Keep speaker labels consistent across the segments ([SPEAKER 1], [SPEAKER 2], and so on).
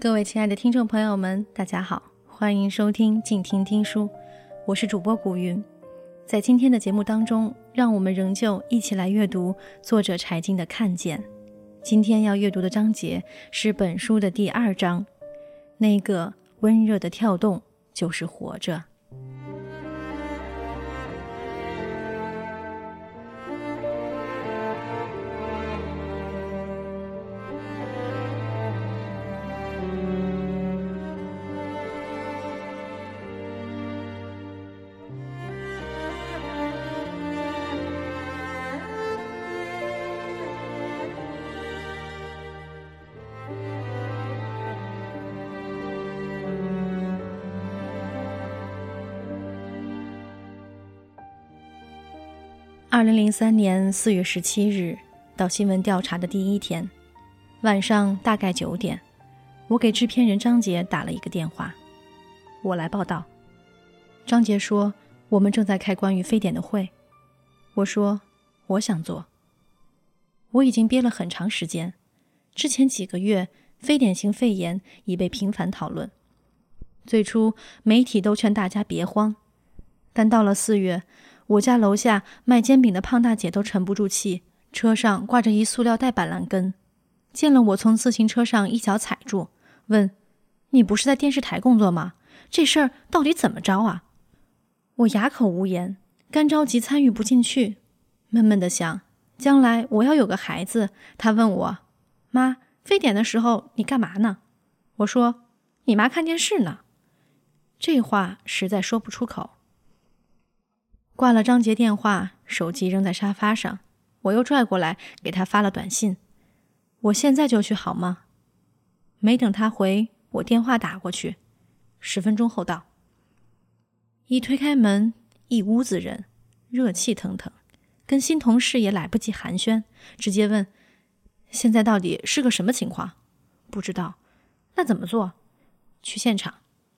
[SPEAKER 1] 各位亲爱的听众朋友们，大家好，欢迎收听静听听书，我是主播古云。在今天的节目当中，让我们仍旧一起来阅读作者柴静的《看见》。今天要阅读的章节是本书的第2章，那个温热的跳动就是活着。2003年4月17日，到新闻调查的第1天，晚上大概9点，我给制片人张杰打了一个电话，我来报道。张杰说，我们正在开关于非典的会。我说，我想做。我已经憋了很长时间，之前几个月，非典型肺炎已被频繁讨论。最初，媒体都劝大家别慌，但到了4月，我家楼下卖煎饼的胖大姐都沉不住气，车上挂着一塑料袋板蓝根，见了我从自行车上一脚踩住，问：你不是在电视台工作吗？这事儿到底怎么着啊？我哑口无言，干着急参与不进去，闷闷地想，将来我要有个孩子，他问我，妈，非典的时候你干嘛呢？我说，你妈看电视呢。这话实在说不出口。挂了张杰电话，手机扔在沙发上，我又拽过来给他发了短信，我现在就去好吗？没等他回，我电话打过去，10分钟后到。一推开门，一屋子人，热气腾腾，跟新同事也来不及寒暄，直接问，现在到底是个什么情况？不知道。那怎么做？去现场。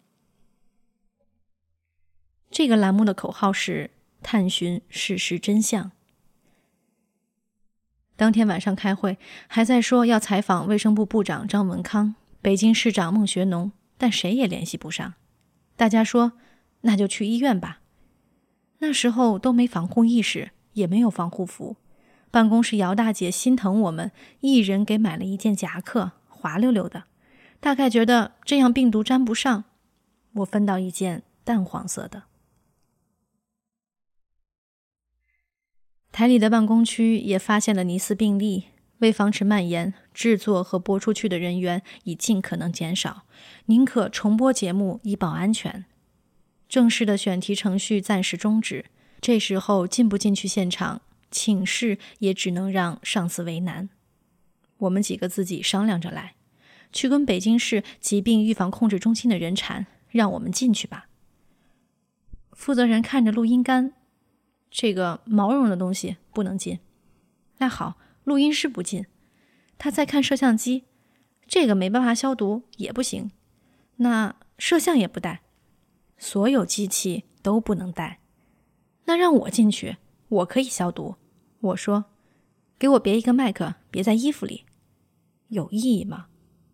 [SPEAKER 1] 这个栏目的口号是探寻事实真相。当天晚上开会，还在说要采访卫生部部长张文康、北京市长孟学农，但谁也联系不上。大家说，那就去医院吧。那时候都没防护意识，也没有防护服。办公室姚大姐心疼我们，一人给买了一件夹克，滑溜溜的，大概觉得这样病毒沾不上。我分到一件淡黄色的。台里的办公区也发现了疑似病例，为防止蔓延，制作和播出去的人员已尽可能减少，宁可重播节目以保安全。正式的选题程序暂时终止，这时候进不进去现场，请示也只能让上司为难。我们几个自己商量着来，去跟北京市疾病预防控制中心的人缠，让我们进去吧。负责人看着录音杆，这个毛绒的东西不能进。那好，录音师不进。他在看摄像机，这个没办法消毒也不行。那摄像也不带，所有机器都不能带。那让我进去，我可以消毒。我说，给我别一个麦克，别在衣服里。有意义吗？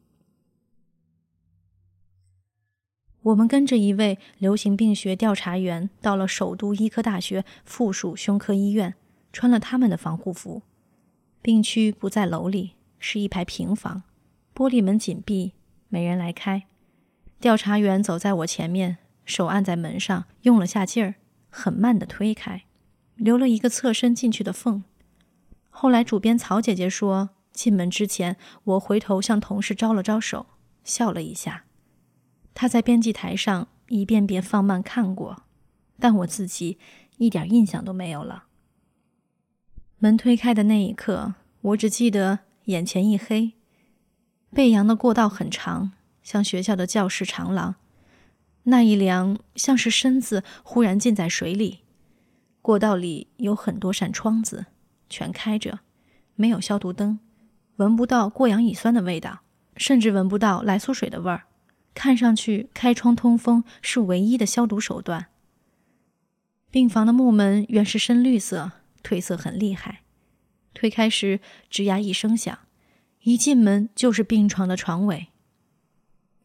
[SPEAKER 1] 我们跟着一位流行病学调查员到了首都医科大学附属胸科医院，穿了他们的防护服。病区不在楼里，是一排平房，玻璃门紧闭，没人来开。调查员走在我前面，手按在门上，用了下劲儿，很慢地推开，留了一个侧身进去的缝。后来主编曹姐姐说，进门之前我回头向同事招了招手，笑了一下。他在编辑台上一遍遍放慢看过，但我自己一点印象都没有了。门推开的那一刻，我只记得眼前一黑，背阳的过道很长，像学校的教室长廊，那一凉像是身子忽然浸在水里。过道里有很多扇窗子，全开着，没有消毒灯，闻不到过氧乙酸的味道，甚至闻不到来苏水的味儿。看上去开窗通风是唯一的消毒手段。病房的木门原是深绿色，褪色很厉害。推开时吱呀一声响，一进门就是病床的床尾。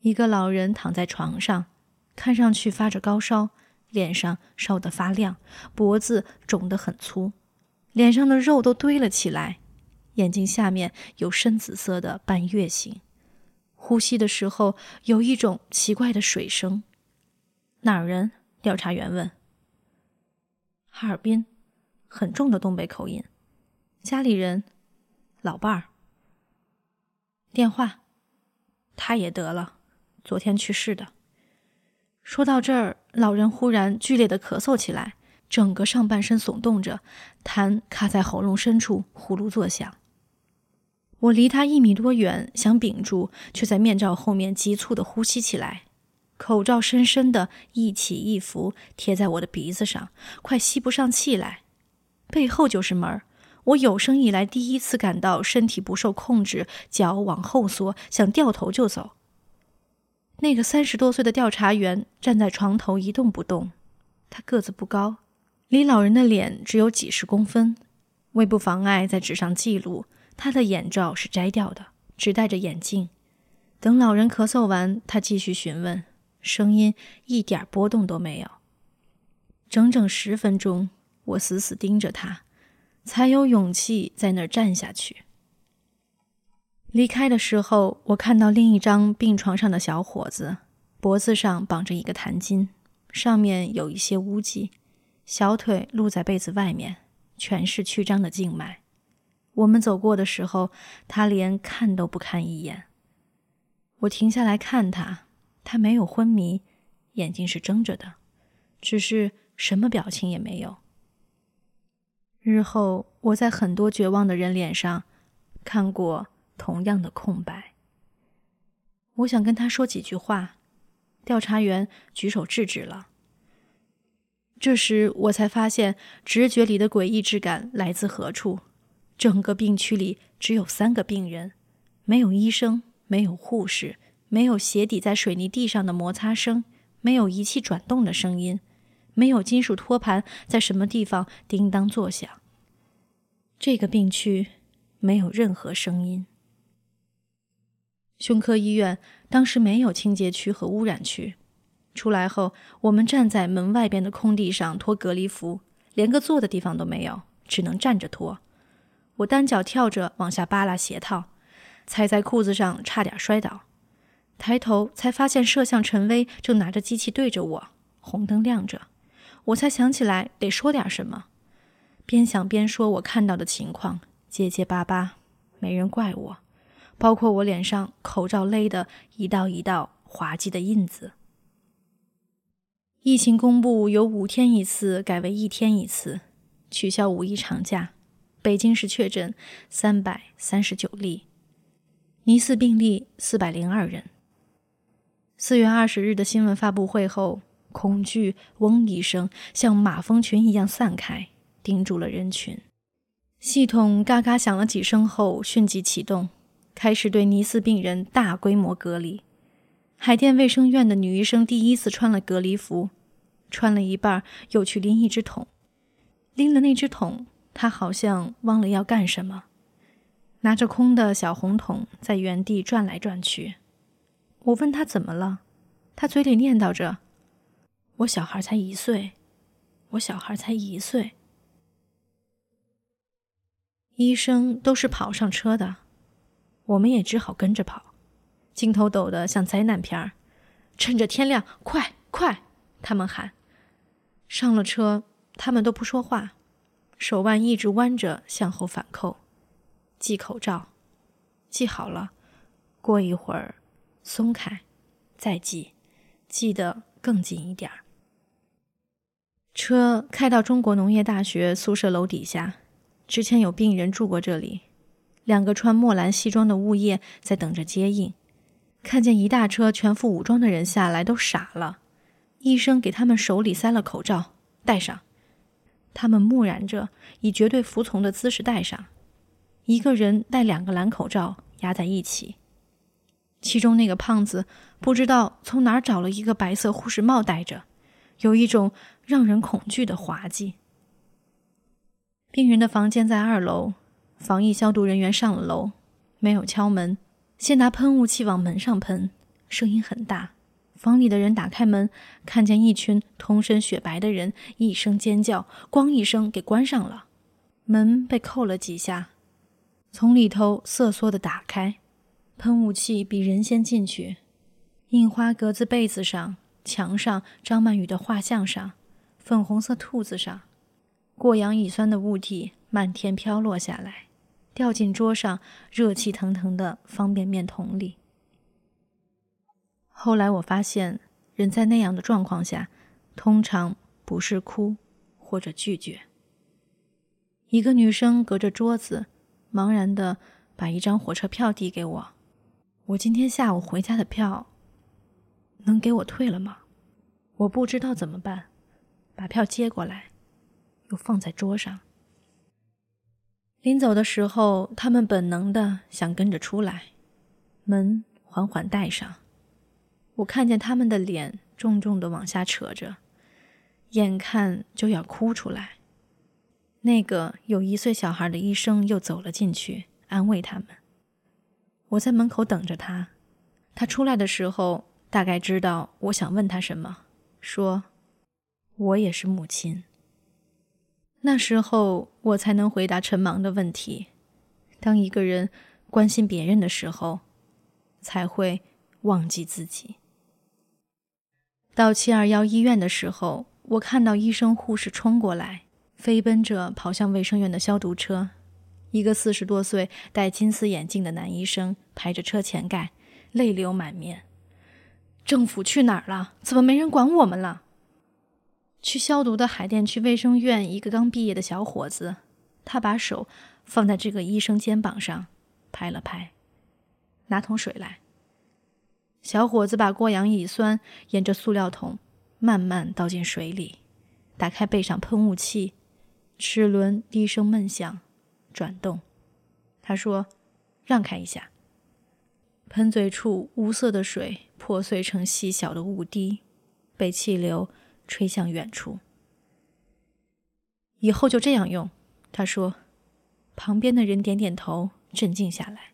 [SPEAKER 1] 一个老人躺在床上，看上去发着高烧，脸上烧得发亮，脖子肿得很粗，脸上的肉都堆了起来，眼睛下面有深紫色的半月形，呼吸的时候有一种奇怪的水声。哪儿人？调查员问。哈尔滨，很重的东北口音。家里人？老伴儿。电话？他也得了，昨天去世的。说到这儿，老人忽然剧烈地咳嗽起来，整个上半身耸动着，痰卡在喉咙深处，呼噜作响。我离他1米多远，想屏住，却在面罩后面急促地呼吸起来。口罩深深地一起一伏贴在我的鼻子上，快吸不上气来。背后就是门，我有生以来第一次感到身体不受控制，脚往后缩，想掉头就走。那个30多岁的调查员站在床头一动不动，他个子不高，离老人的脸只有几十公分。为不妨碍在纸上记录，他的眼罩是摘掉的，只戴着眼镜。等老人咳嗽完，他继续询问，声音一点波动都没有。整整10分钟，我死死盯着他，才有勇气在那儿站下去。离开的时候，我看到另一张病床上的小伙子，脖子上绑着一个弹巾，上面有一些污迹，小腿露在被子外面，全是曲张的静脉。我们走过的时候，他连看都不看一眼。我停下来看他，他没有昏迷，眼睛是睁着的，只是什么表情也没有。日后我在很多绝望的人脸上看过同样的空白。我想跟他说几句话，调查员举手制止了。这时我才发现直觉里的诡异之感来自何处。整个病区里只有3个病人，没有医生，没有护士，没有鞋底在水泥地上的摩擦声，没有仪器转动的声音，没有金属托盘在什么地方叮当作响。这个病区没有任何声音。胸科医院当时没有清洁区和污染区。出来后，我们站在门外边的空地上脱隔离服，连个坐的地方都没有，只能站着脱。我单脚跳着往下扒拉鞋套，踩在裤子上差点摔倒。抬头才发现摄像陈威正拿着机器对着我，红灯亮着。我才想起来得说点什么，边想边说我看到的情况，结结巴巴，没人怪我，包括我脸上口罩勒的一道一道滑稽的印子。疫情公布由5天一次改为1天一次，取消5一长假。北京市确诊339例，疑似病例402人。4月20日的新闻发布会后，恐惧嗡一声像马蜂群一样散开，盯住了人群。系统嘎嘎响了几声后迅即启动，开始对疑似病人大规模隔离。海淀卫生院的女医生第一次穿了隔离服，穿了一半又去拎一只桶，拎了那只桶，她好像忘了要干什么，拿着空的小红桶在原地转来转去。我问她怎么了，她嘴里念叨着：“我小孩才1岁，我小孩才1岁。”医生都是跑上车的，我们也只好跟着跑。镜头抖得像灾难片儿，趁着天亮，快快！他们喊。上了车，他们都不说话，手腕一直弯着向后反扣，系口罩，系好了，过一会儿松开，再系，系得更紧一点。车开到中国农业大学宿舍楼底下，之前有病人住过这里，2个穿墨蓝西装的物业在等着接应，看见一大车全副武装的人下来都傻了。医生给他们手里塞了口罩，戴上。他们木然着，以绝对服从的姿势戴上。一个人戴2个蓝口罩压在一起。其中那个胖子不知道从哪儿找了一个白色护士帽戴着，有一种让人恐惧的滑稽。病人的房间在2楼，防疫消毒人员上了楼，没有敲门，先拿喷雾器往门上喷， 声音很大，房里的人打开门，看见一群通身雪白的人，一声尖叫，咣一声给关上了。门被扣了几下，从里头瑟缩地打开，喷雾器比人先进去，印花格子被子上、墙上、张曼玉的画像上、粉红色兔子上，过氧乙酸的物体漫天飘落下来，掉进桌上热气腾腾的方便面桶里。后来我发现，人在那样的状况下，通常不是哭或者拒绝。一个女生隔着桌子，茫然地把一张火车票递给我。我今天下午回家的票，能给我退了吗？我不知道怎么办，把票接过来，又放在桌上。临走的时候，他们本能地想跟着出来，门缓缓带上。我看见他们的脸重重地往下扯着，眼看就要哭出来。那个有1岁小孩的医生又走了进去，安慰他们。我在门口等着他，他出来的时候大概知道我想问他什么，说我也是母亲。那时候我才能回答陈芒的问题，当一个人关心别人的时候，才会忘记自己。到721医院的时候，我看到医生护士冲过来，飞奔着跑向卫生院的消毒车。一个40多岁戴金丝眼镜的男医生拍着车前盖，泪流满面。政府去哪儿了？怎么没人管我们了？去消毒的海淀区卫生院一个刚毕业的小伙子，他把手放在这个医生肩膀上，拍了拍。拿桶水来。小伙子把过氧乙酸沿着塑料桶慢慢倒进水里，打开背上喷雾器，齿轮低声闷响，转动。他说：“让开一下。”喷嘴处无色的水破碎成细小的雾滴，被气流吹向远处。以后就这样用，他说。旁边的人点点头，镇静下来。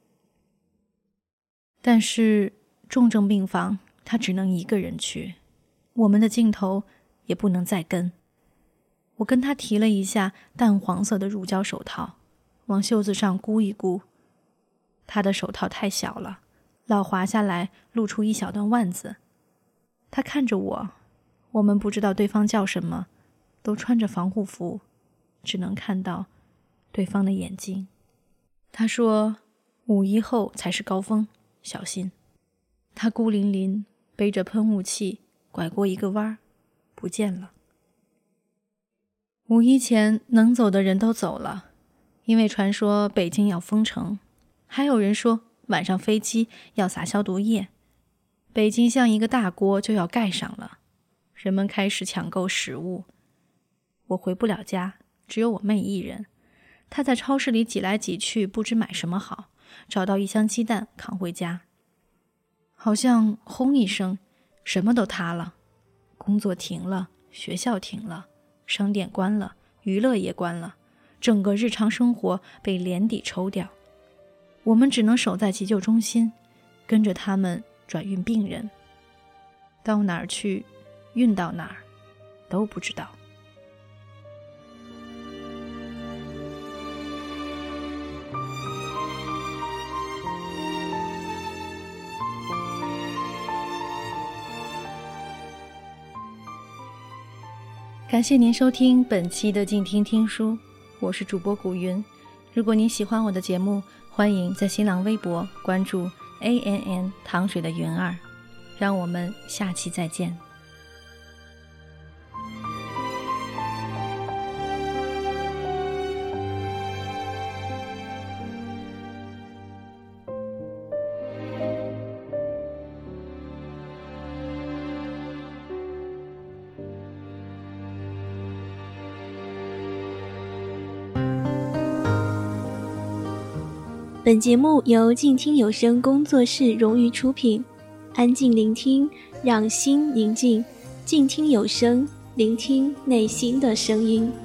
[SPEAKER 1] 但是重症病房他只能一个人去，我们的镜头也不能再跟。我跟他提了一下淡黄色的乳胶手套，往袖子上箍一箍。他的手套太小了，老滑下来露出一小段腕子。他看着我，我们不知道对方叫什么，都穿着防护服，只能看到对方的眼睛。他说5·1后才是高峰，小心。他孤零零背着喷雾器拐过一个弯，不见了。5·1前能走的人都走了，因为传说北京要封城，还有人说晚上飞机要撒消毒液，北京像一个大锅就要盖上了，人们开始抢购食物。我回不了家，只有我妹一人，她在超市里挤来挤去，不知买什么好，找到一箱鸡蛋扛回家。好像轰一声，什么都塌了，工作停了，学校停了，商店关了，娱乐也关了，整个日常生活被连底抽掉。我们只能守在急救中心，跟着他们转运病人，到哪儿去，运到哪儿，都不知道。感谢您收听本期的静听听书，我是主播古云。如果您喜欢我的节目，欢迎在新浪微博关注 ANN 糖水的云儿。让我们下期再见。
[SPEAKER 2] 本节目由静听有声工作室荣誉出品，安静聆听，让心宁静，静听有声，聆听内心的声音。